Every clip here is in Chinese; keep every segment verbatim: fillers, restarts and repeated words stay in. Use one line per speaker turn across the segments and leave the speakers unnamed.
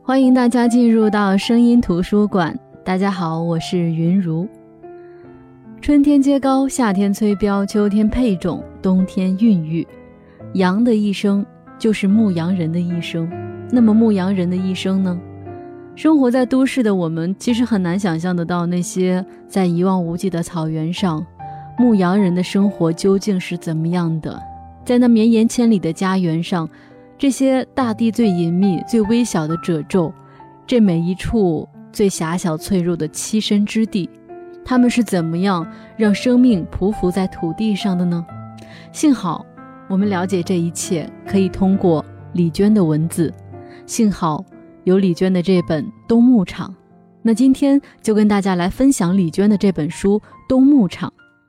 欢迎大家进入到声音图书馆。大家好，我是云如。春天接高，夏天催标，秋天配种，冬天孕育。羊的一生就是牧羊人的一生。那么牧羊人的一生呢？生活在都市的我们其实很难想象得到，那些在一望无际的草原上，牧羊人的生活究竟是怎么样的。在那绵延千里的家园上，这些大地最隐秘最微小的褶皱，这每一处最狭小脆弱的栖身之地，他们是怎么样让生命匍匐在土地上的呢？幸好我们了解这一切可以通过李娟的文字，幸好有李娟的这本《冬牧场》。那今天就跟大家来分享李娟的这本书《冬牧场》。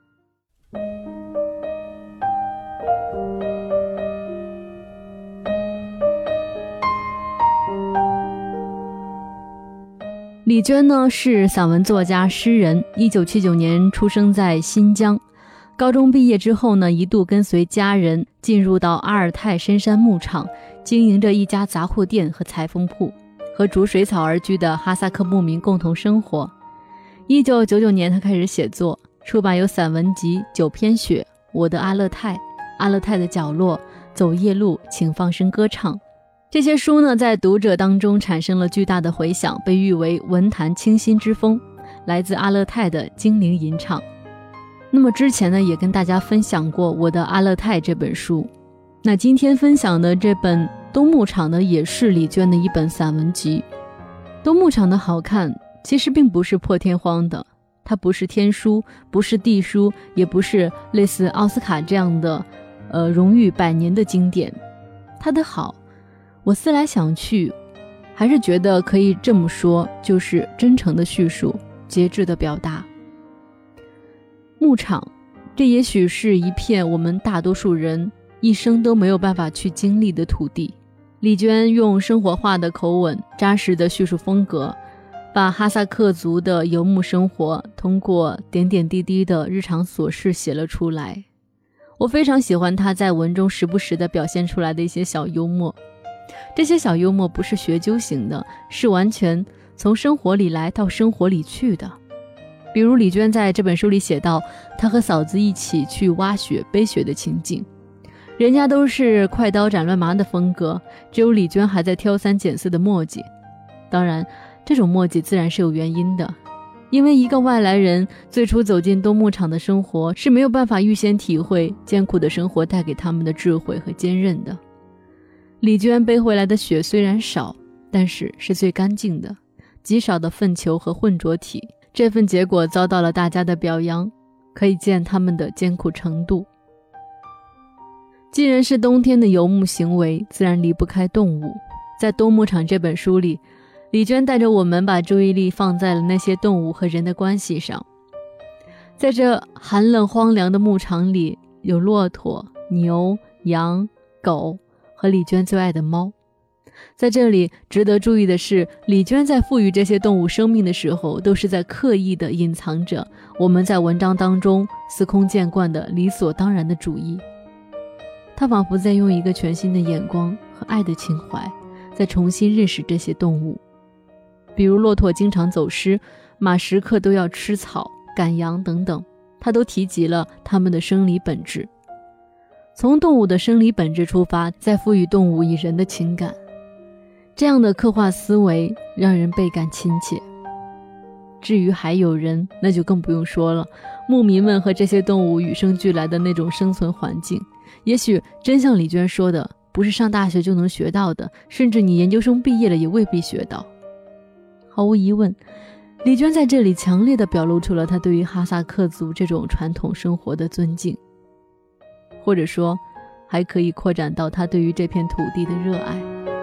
李娟呢是散文作家、诗人，一九七九年出生在新疆。高中毕业之后呢，一度跟随家人进入到阿尔泰深山牧场，经营着一家杂货店和裁缝铺，和逐水草而居的哈萨克牧民共同生活。一九九九年，他开始写作，出版有散文集《九篇雪》、《我的阿勒泰》、《阿勒泰的角落》、《走夜路，请放声歌唱》。这些书呢，在读者当中产生了巨大的回响，被誉为文坛清新之风，来自阿勒泰的精灵吟唱。那么之前呢，也跟大家分享过我的阿勒泰这本书。那今天分享的这本《冬牧场》呢，也是李娟的一本散文集。冬牧场的好看，其实并不是破天荒的，它不是天书，不是地书，也不是类似奥斯卡这样的呃荣誉百年的经典。它的好，我思来想去，还是觉得可以这么说，就是真诚的叙述，节制的表达。牧场，这也许是一片我们大多数人一生都没有办法去经历的土地。李娟用生活化的口吻，扎实的叙述风格，把哈萨克族的游牧生活通过点点滴滴的日常琐事写了出来。我非常喜欢她在文中时不时地表现出来的一些小幽默。这些小幽默不是学究型的，是完全从生活里来到生活里去的。比如李娟在这本书里写到，她和嫂子一起去挖雪背雪的情景，人家都是快刀斩乱麻的风格，只有李娟还在挑三拣四的墨迹。当然这种墨迹自然是有原因的，因为一个外来人最初走进冬牧场的生活，是没有办法预先体会艰苦的生活带给他们的智慧和坚韧的。李娟背回来的雪虽然少，但是是最干净的，极少的粪球和混浊体，这份结果遭到了大家的表扬，可以见他们的艰苦程度。既然是冬天的游牧行为，自然离不开动物。在《冬牧场》这本书里，李娟带着我们把注意力放在了那些动物和人的关系上。在这寒冷荒凉的牧场里，有骆驼、牛、羊、狗和李娟最爱的猫。在这里值得注意的是，李娟在赋予这些动物生命的时候，都是在刻意地隐藏着我们在文章当中司空见惯的理所当然的主义。她仿佛在用一个全新的眼光和爱的情怀，在重新认识这些动物。比如骆驼经常走失，马时刻都要吃草、赶羊等等，她都提及了它们的生理本质。从动物的生理本质出发，再赋予动物以人的情感，这样的刻画思维让人倍感亲切。至于还有人，那就更不用说了，牧民们和这些动物与生俱来的那种生存环境，也许真像李娟说的，不是上大学就能学到的，甚至你研究生毕业了也未必学到。毫无疑问，李娟在这里强烈地表露出了她对于哈萨克族这种传统生活的尊敬，或者说还可以扩展到她对于这片土地的热爱。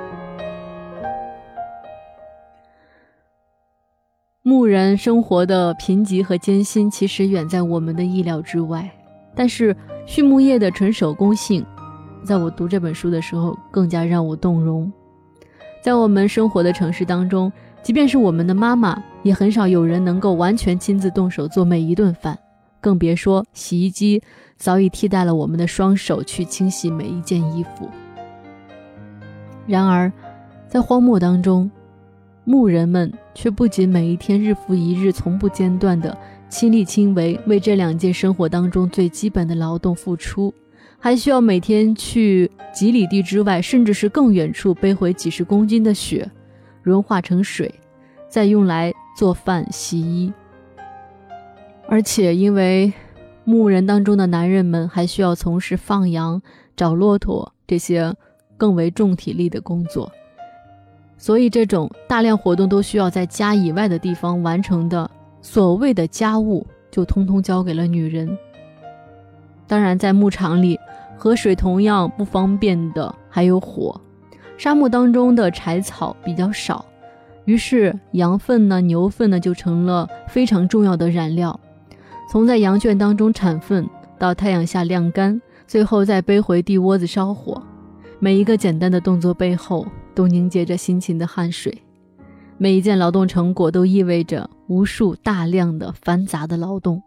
牧人生活的贫瘠和艰辛其实远在我们的意料之外，但是畜牧业的纯手工性，在我读这本书的时候更加让我动容。在我们生活的城市当中，即便是我们的妈妈，也很少有人能够完全亲自动手做每一顿饭，更别说洗衣机早已替代了我们的双手去清洗每一件衣服。然而在荒漠当中， 牧人们却不仅每一天日复一日从不间断地亲力亲为为这两件生活当中最基本的劳动付出，还需要每天去几里地之外甚至是更远处背回几十公斤的雪，融化成水，再用来做饭洗衣。而且因为牧人当中的男人们还需要从事放羊、找骆驼这些更为重体力的工作，所以这种大量活动都需要在家以外的地方完成的所谓的家务就通通交给了女人。当然在牧场里喝水同样不方便的还有火，沙漠当中的柴草比较少，于是羊粪呢、牛粪呢就成了非常重要的燃料。从在羊圈当中产粪到太阳下晾干，最后再背回地窝子烧火，每一个简单的动作背后都凝结着辛勤的汗水，每一件劳动成果都意味着无数大量的繁杂的劳动。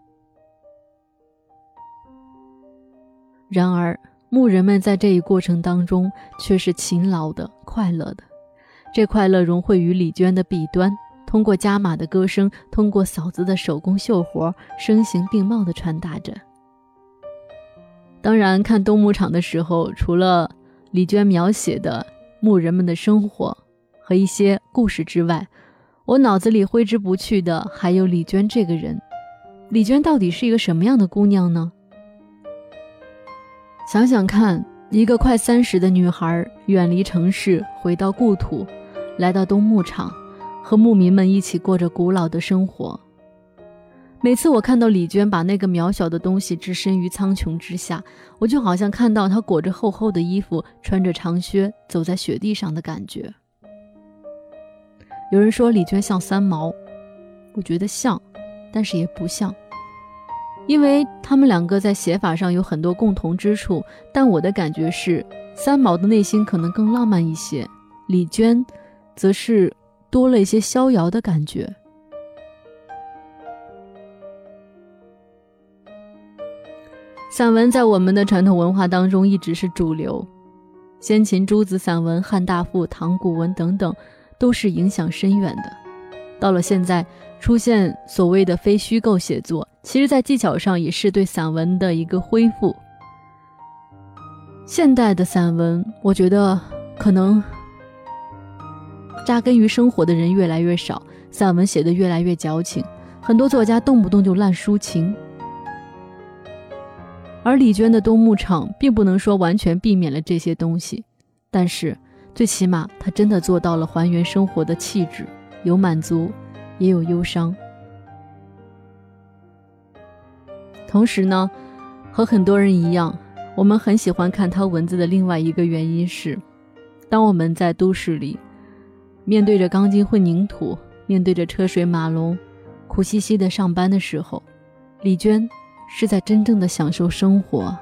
然而牧人们在这一过程当中却是勤劳的、快乐的，这快乐融汇于李娟的笔端，通过加码的歌声，通过嫂子的手工绣活，声形并茂地传达着。当然看冬牧场的时候，除了李娟描写的牧人们的生活和一些故事之外，我脑子里挥之不去的还有李娟这个人。李娟到底是一个什么样的姑娘呢？想想看，一个快三十的女孩远离城市，回到故土，来到冬牧场，和牧民们一起过着古老的生活。每次我看到李娟把那个渺小的东西置身于苍穹之下，我就好像看到她裹着厚厚的衣服，穿着长靴，走在雪地上的感觉。有人说李娟像三毛，我觉得像，但是也不像，因为他们两个在写法上有很多共同之处，但我的感觉是三毛的内心可能更浪漫一些，李娟则是多了一些逍遥的感觉。散文在我们的传统文化当中一直是主流，先秦诸子散文、汉大赋、唐古文等等都是影响深远的。到了现在出现所谓的非虚构写作，其实在技巧上也是对散文的一个恢复。现代的散文我觉得可能扎根于生活的人越来越少，散文写得越来越矫情，很多作家动不动就烂抒情。而李娟的冬牧场并不能说完全避免了这些东西，但是最起码她真的做到了还原生活的气质，有满足也有忧伤。同时呢，和很多人一样，我们很喜欢看她文字的另外一个原因是，当我们在都市里面对着钢筋混凝土，面对着车水马龙，苦兮兮的上班的时候，李娟是在真正的享受生活。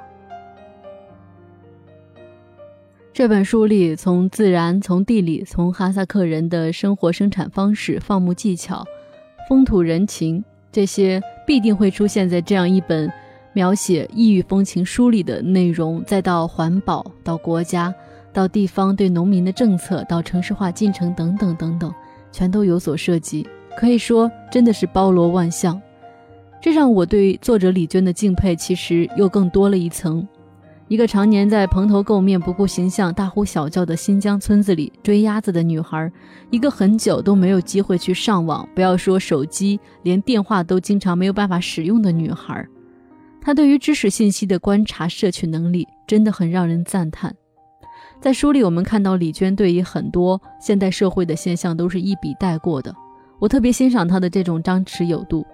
这本书里从自然、从地理、从哈萨克人的生活生产方式、放牧技巧、风土人情，这些必定会出现在这样一本描写异域风情书里的内容，再到环保，到国家，到地方对农民的政策，到城市化进程等等等等，全都有所涉及，可以说真的是包罗万象。这让我对作者李娟的敬佩其实又更多了一层。一个常年在蓬头垢面、不顾形象、大呼小叫的新疆村子里追鸭子的女孩，一个很久都没有机会去上网，不要说手机，连电话都经常没有办法使用的女孩，她对于知识信息的观察摄取能力真的很让人赞叹。在书里我们看到李娟对于很多现代社会的现象都是一笔带过的，我特别欣赏她的这种张弛有度。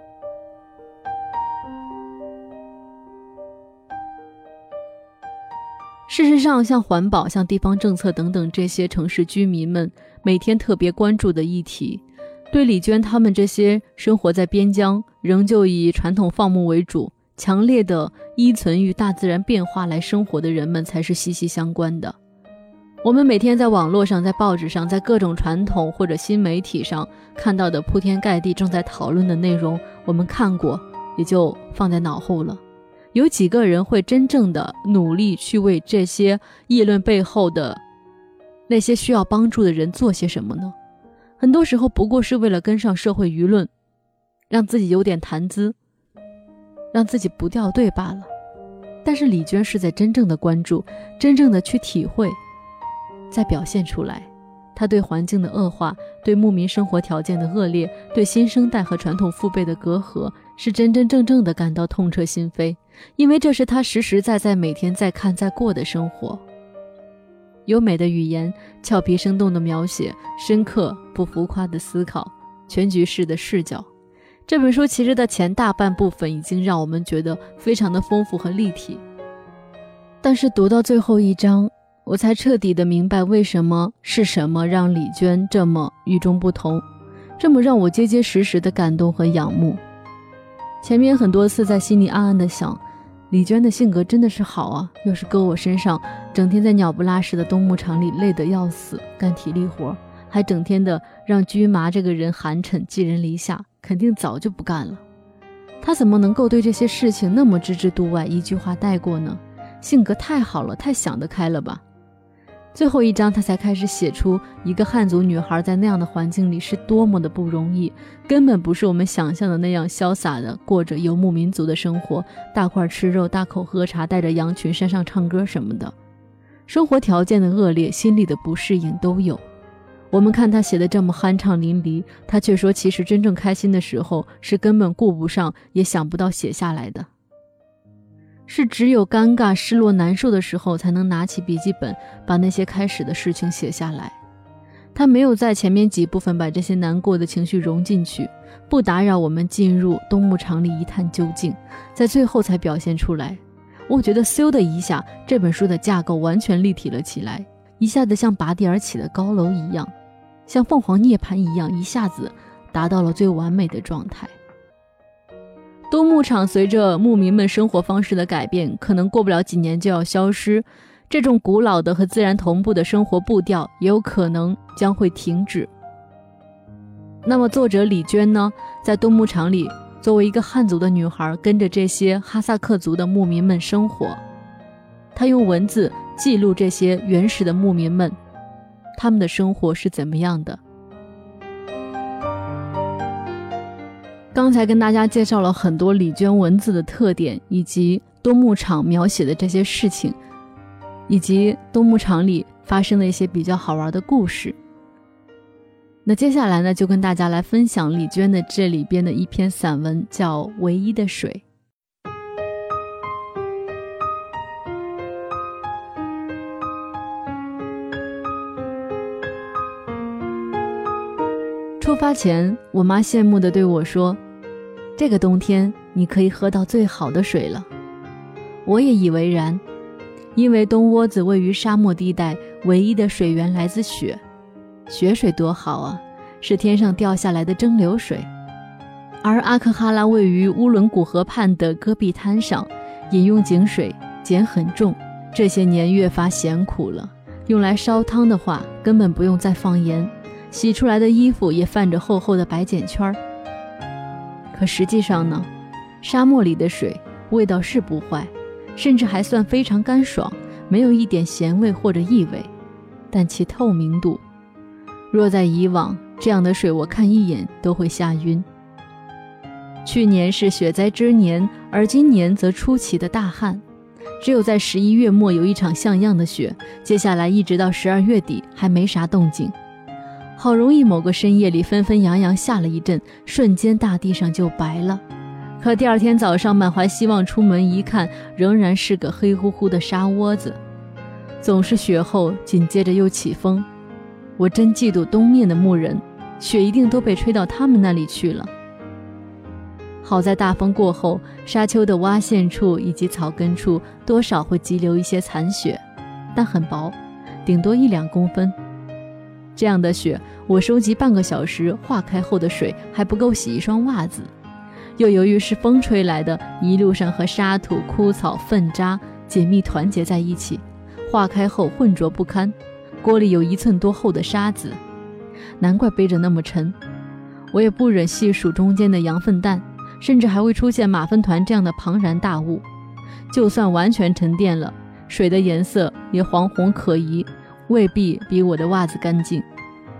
事实上，像环保、像地方政策等等这些城市居民们每天特别关注的议题，对李娟他们这些生活在边疆，仍旧以传统放牧为主，强烈的依存于大自然变化来生活的人们才是息息相关的。我们每天在网络上、在报纸上、在各种传统或者新媒体上看到的铺天盖地正在讨论的内容，我们看过也就放在脑后了。有几个人会真正的努力去为这些议论背后的那些需要帮助的人做些什么呢？ 很多时候不过是为了跟上社会舆论，让自己有点谈资，让自己不掉队罢了。但是李娟是在真正的关注，真正的去体会，再表现出来。她对环境的恶化，对牧民生活条件的恶劣，对新生代和传统父辈的隔阂，是真真正正的感到痛彻心扉，因为这是她实实在在每天在看在过的生活。优美的语言，俏皮生动的描写，深刻不浮夸的思考，全局式的视角。这本书其实的前大半部分已经让我们觉得非常的丰富和立体，但是读到最后一章，我才彻底的明白为什么是什么让李娟这么与众不同，这么让我结结实实的感动和仰慕。前面很多次在心里暗暗的想，李娟的性格真的是好啊，要是搁我身上，整天在鸟不拉屎的冬牧场里累得要死，干体力活，还整天的让驹麻这个人寒碜寄人篱下，肯定早就不干了。他怎么能够对这些事情那么置之度外，一句话带过呢？性格太好了，太想得开了吧。最后一章他才开始写出一个汉族女孩在那样的环境里是多么的不容易，根本不是我们想象的那样潇洒的过着游牧民族的生活，大块吃肉，大口喝茶，带着羊群山上唱歌什么的。生活条件的恶劣，心里的不适应都有。我们看他写的这么酣畅淋漓，他却说其实真正开心的时候是根本顾不上也想不到写下来的，是只有尴尬失落难受的时候才能拿起笔记本把那些开始的事情写下来。他没有在前面几部分把这些难过的情绪融进去，不打扰我们进入冬牧场里一探究竟，在最后才表现出来。我觉得嗖的一下，这本书的架构完全立体了起来，一下子像拔地而起的高楼一样，像凤凰涅槃一样，一下子达到了最完美的状态。冬牧场随着牧民们生活方式的改变，可能过不了几年就要消失，这种古老的和自然同步的生活步调也有可能将会停止。那么作者李娟呢，在冬牧场里作为一个汉族的女孩，跟着这些哈萨克族的牧民们生活，她用文字记录这些原始的牧民们，他们的生活是怎么样的。刚才跟大家介绍了很多李娟文字的特点，以及冬牧场描写的这些事情，以及冬牧场里发生的一些比较好玩的故事。那接下来呢，就跟大家来分享李娟的这里边的一篇散文，叫《唯一的水》。出发前，我妈羡慕地对我说，这个冬天你可以喝到最好的水了。我也以为然，因为东窝子位于沙漠地带，唯一的水源来自雪。雪水多好啊，是天上掉下来的蒸馏水。而阿克哈拉位于乌伦古河畔的戈壁滩上，饮用井水，碱很重，这些年越发咸苦了，用来烧汤的话根本不用再放盐，洗出来的衣服也泛着厚厚的白碱圈。可实际上呢，沙漠里的水味道是不坏，甚至还算非常干爽，没有一点咸味或者异味，但其透明度，若在以往，这样的水我看一眼都会吓晕。去年是雪灾之年，而今年则出奇的大旱，只有在十一月末有一场像样的雪，接下来一直到十二月底还没啥动静。好容易某个深夜里纷纷扬扬下了一阵，瞬间大地上就白了。可第二天早上满怀希望出门一看，仍然是个黑乎乎的沙窝子。总是雪后紧接着又起风，我真嫉妒东面的牧人，雪一定都被吹到他们那里去了。好在大风过后，沙丘的洼陷处以及草根处多少会积留一些残雪，但很薄，顶多一两公分。这样的雪，我收集半个小时，化开后的水还不够洗一双袜子。又由于是风吹来的，一路上和沙土、枯草、粪渣紧密团结在一起，化开后浑浊不堪，锅里有一寸多厚的沙子，难怪背着那么沉。我也不忍细数中间的羊粪蛋，甚至还会出现马粪团这样的庞然大物。就算完全沉淀了，水的颜色也黄红可疑，未必比我的袜子干净。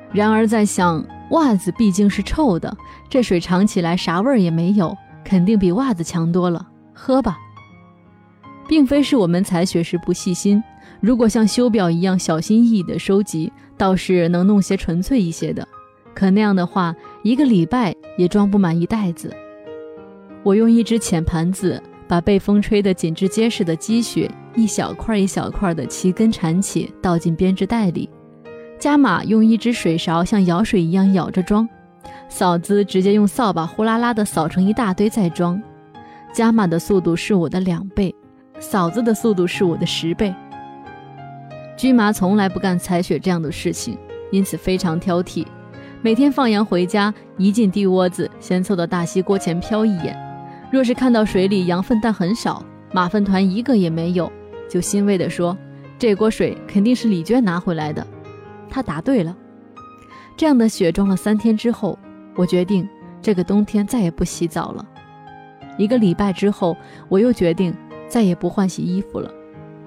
然而在想，袜子毕竟是臭的，这水尝起来啥味儿也没有，肯定比袜子强多了，喝吧。并非是我们采血时不细心，如果像修表一样小心翼翼地收集，倒是能弄些纯粹一些的，可那样的话，一个礼拜也装不满一袋子。我用一只浅盘子把被风吹得紧致结实的积雪一小块一小块的齐根缠起，倒进编织袋里。加码用一只水勺像舀水一样舀着装，嫂子直接用扫把呼啦啦地扫成一大堆再装。加码的速度是我的两倍，嫂子的速度是我的十倍。居麻从来不干采雪这样的事情，因此非常挑剔。每天放羊回家，一进地窝子，先凑到大溪锅前瞟一眼，若是看到水里羊粪蛋很少，马粪团一个也没有，就欣慰地说，这锅水肯定是李娟拿回来的。他答对了。这样的雪装了三天之后，我决定这个冬天再也不洗澡了。一个礼拜之后，我又决定再也不换洗衣服了。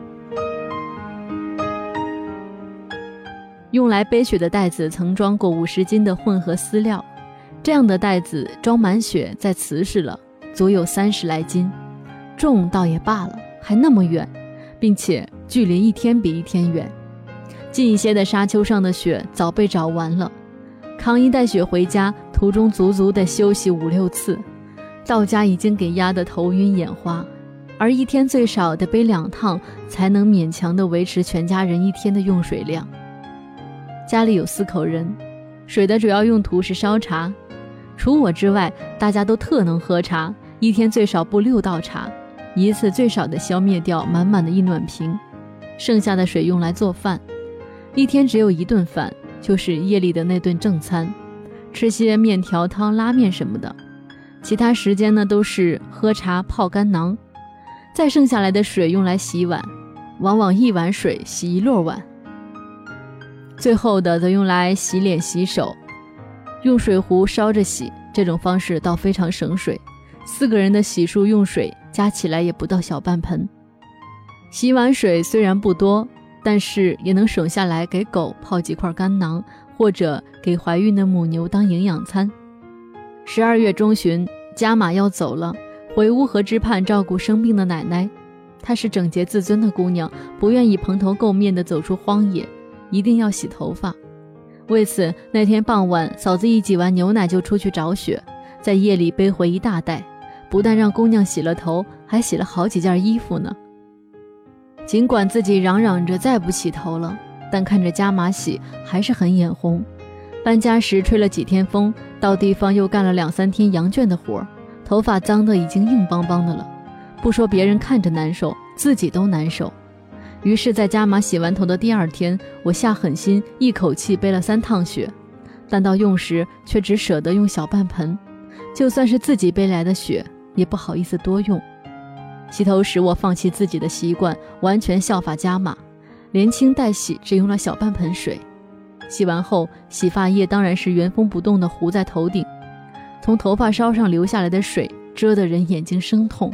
用来背雪的袋子曾装过五十斤的混合饲料，这样的袋子装满雪再瓷实了，足有三十来斤，重倒也罢了，还那么远，并且距离一天比一天远。近一些的沙丘上的雪早被找完了，扛一袋雪回家，途中足足得休息五六次，到家已经给压得头晕眼花，而一天最少得背两趟，才能勉强地维持全家人一天的用水量。家里有四口人，水的主要用途是烧茶，除我之外，大家都特能喝茶，一天最少布六道茶，一次最少地消灭掉满满的一暖瓶，剩下的水用来做饭。一天只有一顿饭，就是夜里的那顿正餐，吃些面条汤拉面什么的，其他时间呢都是喝茶泡干囊，再剩下来的水用来洗碗，往往一碗水洗一摞碗，最后的则用来洗脸洗手，用水壶烧着洗，这种方式倒非常省水，四个人的洗漱用水加起来也不到小半盆。洗碗水虽然不多，但是也能省下来给狗泡几块干囊，或者给怀孕的母牛当营养餐。十二月中旬，加马要走了，回乌河支畔照顾生病的奶奶。她是整洁自尊的姑娘，不愿意蓬头垢面地走出荒野，一定要洗头发。为此，那天傍晚，嫂子一挤完牛奶就出去找雪，在夜里背回一大袋，不但让姑娘洗了头，还洗了好几件衣服呢。尽管自己嚷嚷着再不洗头了，但看着加马洗还是很眼红。搬家时吹了几天风，到地方又干了两三天羊圈的活，头发脏得已经硬邦邦的了，不说别人看着难受，自己都难受。于是在加马洗完头的第二天，我下狠心一口气背了三趟雪，但到用时却只舍得用小半盆，就算是自己背来的雪也不好意思多用。洗头时我放弃自己的习惯，完全效法加马，连清带洗只用了小半盆水。洗完后，洗发液当然是原封不动地糊在头顶，从头发梢上流下来的水遮得人眼睛生痛。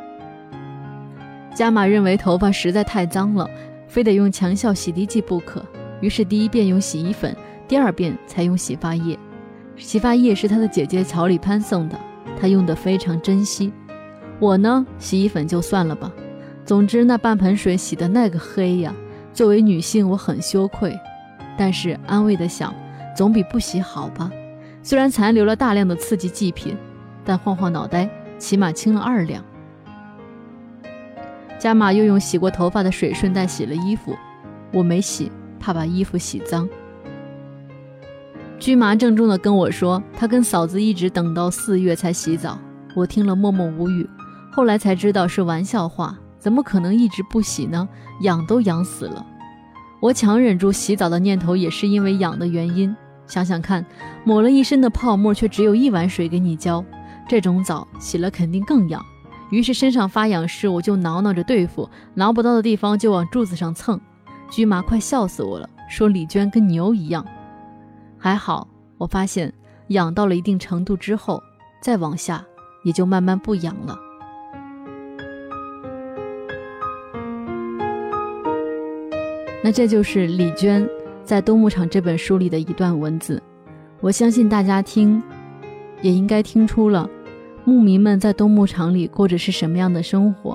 加马认为头发实在太脏了，非得用强效洗涤剂不可，于是第一遍用洗衣粉，第二遍才用洗发液。洗发液是他的姐姐乔里潘送的，他用得非常珍惜。我呢，洗衣粉就算了吧，总之那半盆水洗得那个黑呀，作为女性我很羞愧，但是安慰地想，总比不洗好吧。虽然残留了大量的刺激剂品，但晃晃脑袋，起码轻了二两。加马又用洗过头发的水顺带洗了衣服，我没洗，怕把衣服洗脏。居麻郑重地跟我说，他跟嫂子一直等到四月才洗澡，我听了默默无语，后来才知道是玩笑话，怎么可能一直不洗呢？痒都痒死了。我强忍住洗澡的念头，也是因为痒的原因。想想看，抹了一身的泡沫，却只有一碗水给你浇，这种澡洗了肯定更痒。于是身上发痒时，我就挠挠着对付，挠不到的地方就往柱子上蹭。居麻快笑死我了，说李娟跟牛一样。还好，我发现痒到了一定程度之后，再往下也就慢慢不痒了。那这就是李娟在《冬牧场》这本书里的一段文字，我相信大家听也应该听出了牧民们在冬牧场里过着是什么样的生活。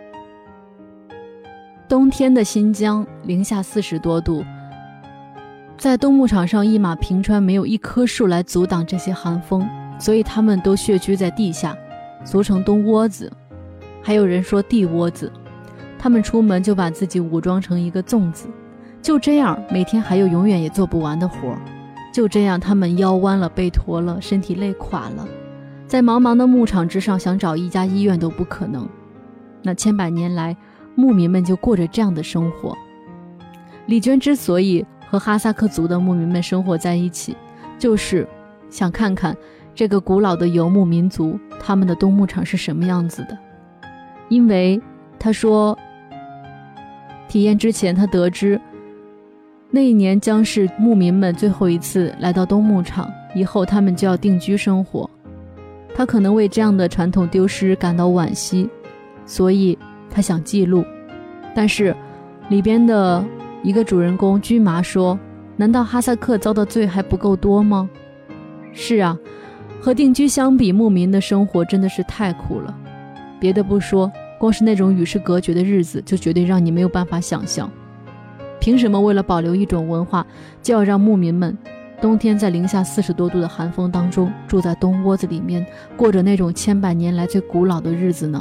冬天的新疆零下四十多度，在冬牧场上一马平川，没有一棵树来阻挡这些寒风，所以他们都穴居在地下，俗称冬窝子，还有人说地窝子。他们出门就把自己武装成一个粽子，就这样每天还有永远也做不完的活，就这样他们腰弯了，背驼了，身体累垮了，在茫茫的牧场之上想找一家医院都不可能。那千百年来牧民们就过着这样的生活。李娟之所以和哈萨克族的牧民们生活在一起，就是想看看这个古老的游牧民族他们的冬牧场是什么样子的。因为他说体验之前他得知那一年将是牧民们最后一次来到冬牧场，以后他们就要定居生活，他可能为这样的传统丢失感到惋惜，所以他想记录。但是里边的一个主人公居麻说，难道哈萨克遭的罪还不够多吗？是啊，和定居相比，牧民的生活真的是太苦了。别的不说，光是那种与世隔绝的日子就绝对让你没有办法想象。凭什么为了保留一种文化，就要让牧民们冬天在零下四十多度的寒风当中住在冬窝子里面，过着那种千百年来最古老的日子呢？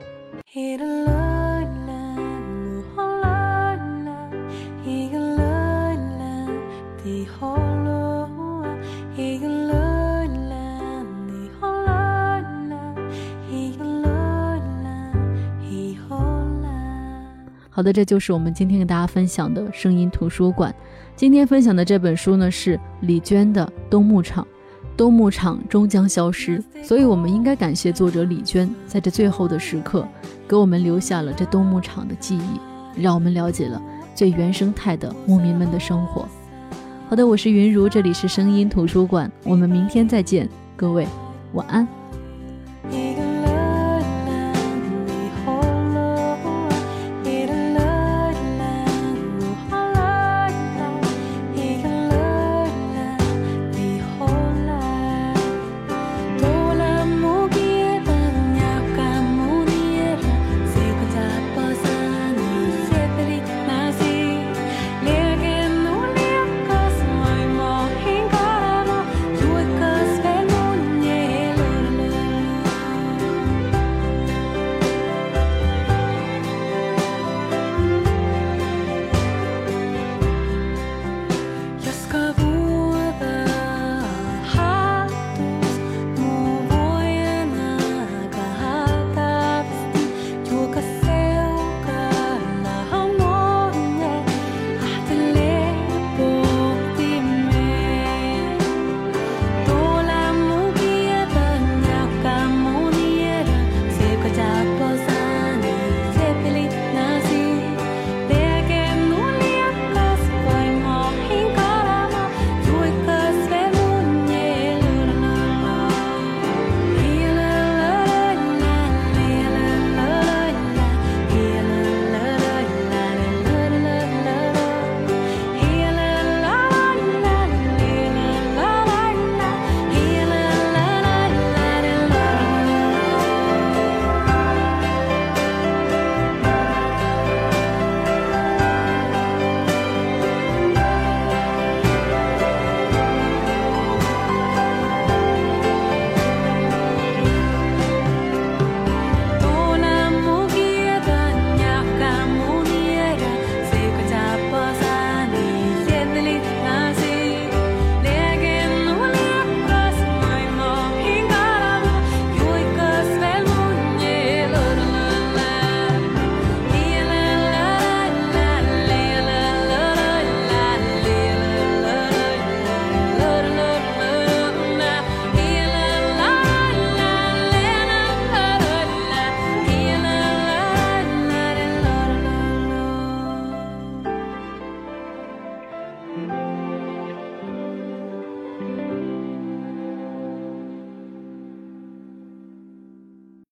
好的，这就是我们今天跟大家分享的声音图书馆。今天分享的这本书呢，是李娟的《冬牧场》。冬牧场终将消失，所以我们应该感谢作者李娟，在这最后的时刻给我们留下了这冬牧场的记忆，让我们了解了最原生态的牧民们的生活。好的，我是云如，这里是声音图书馆，我们明天再见，各位晚安。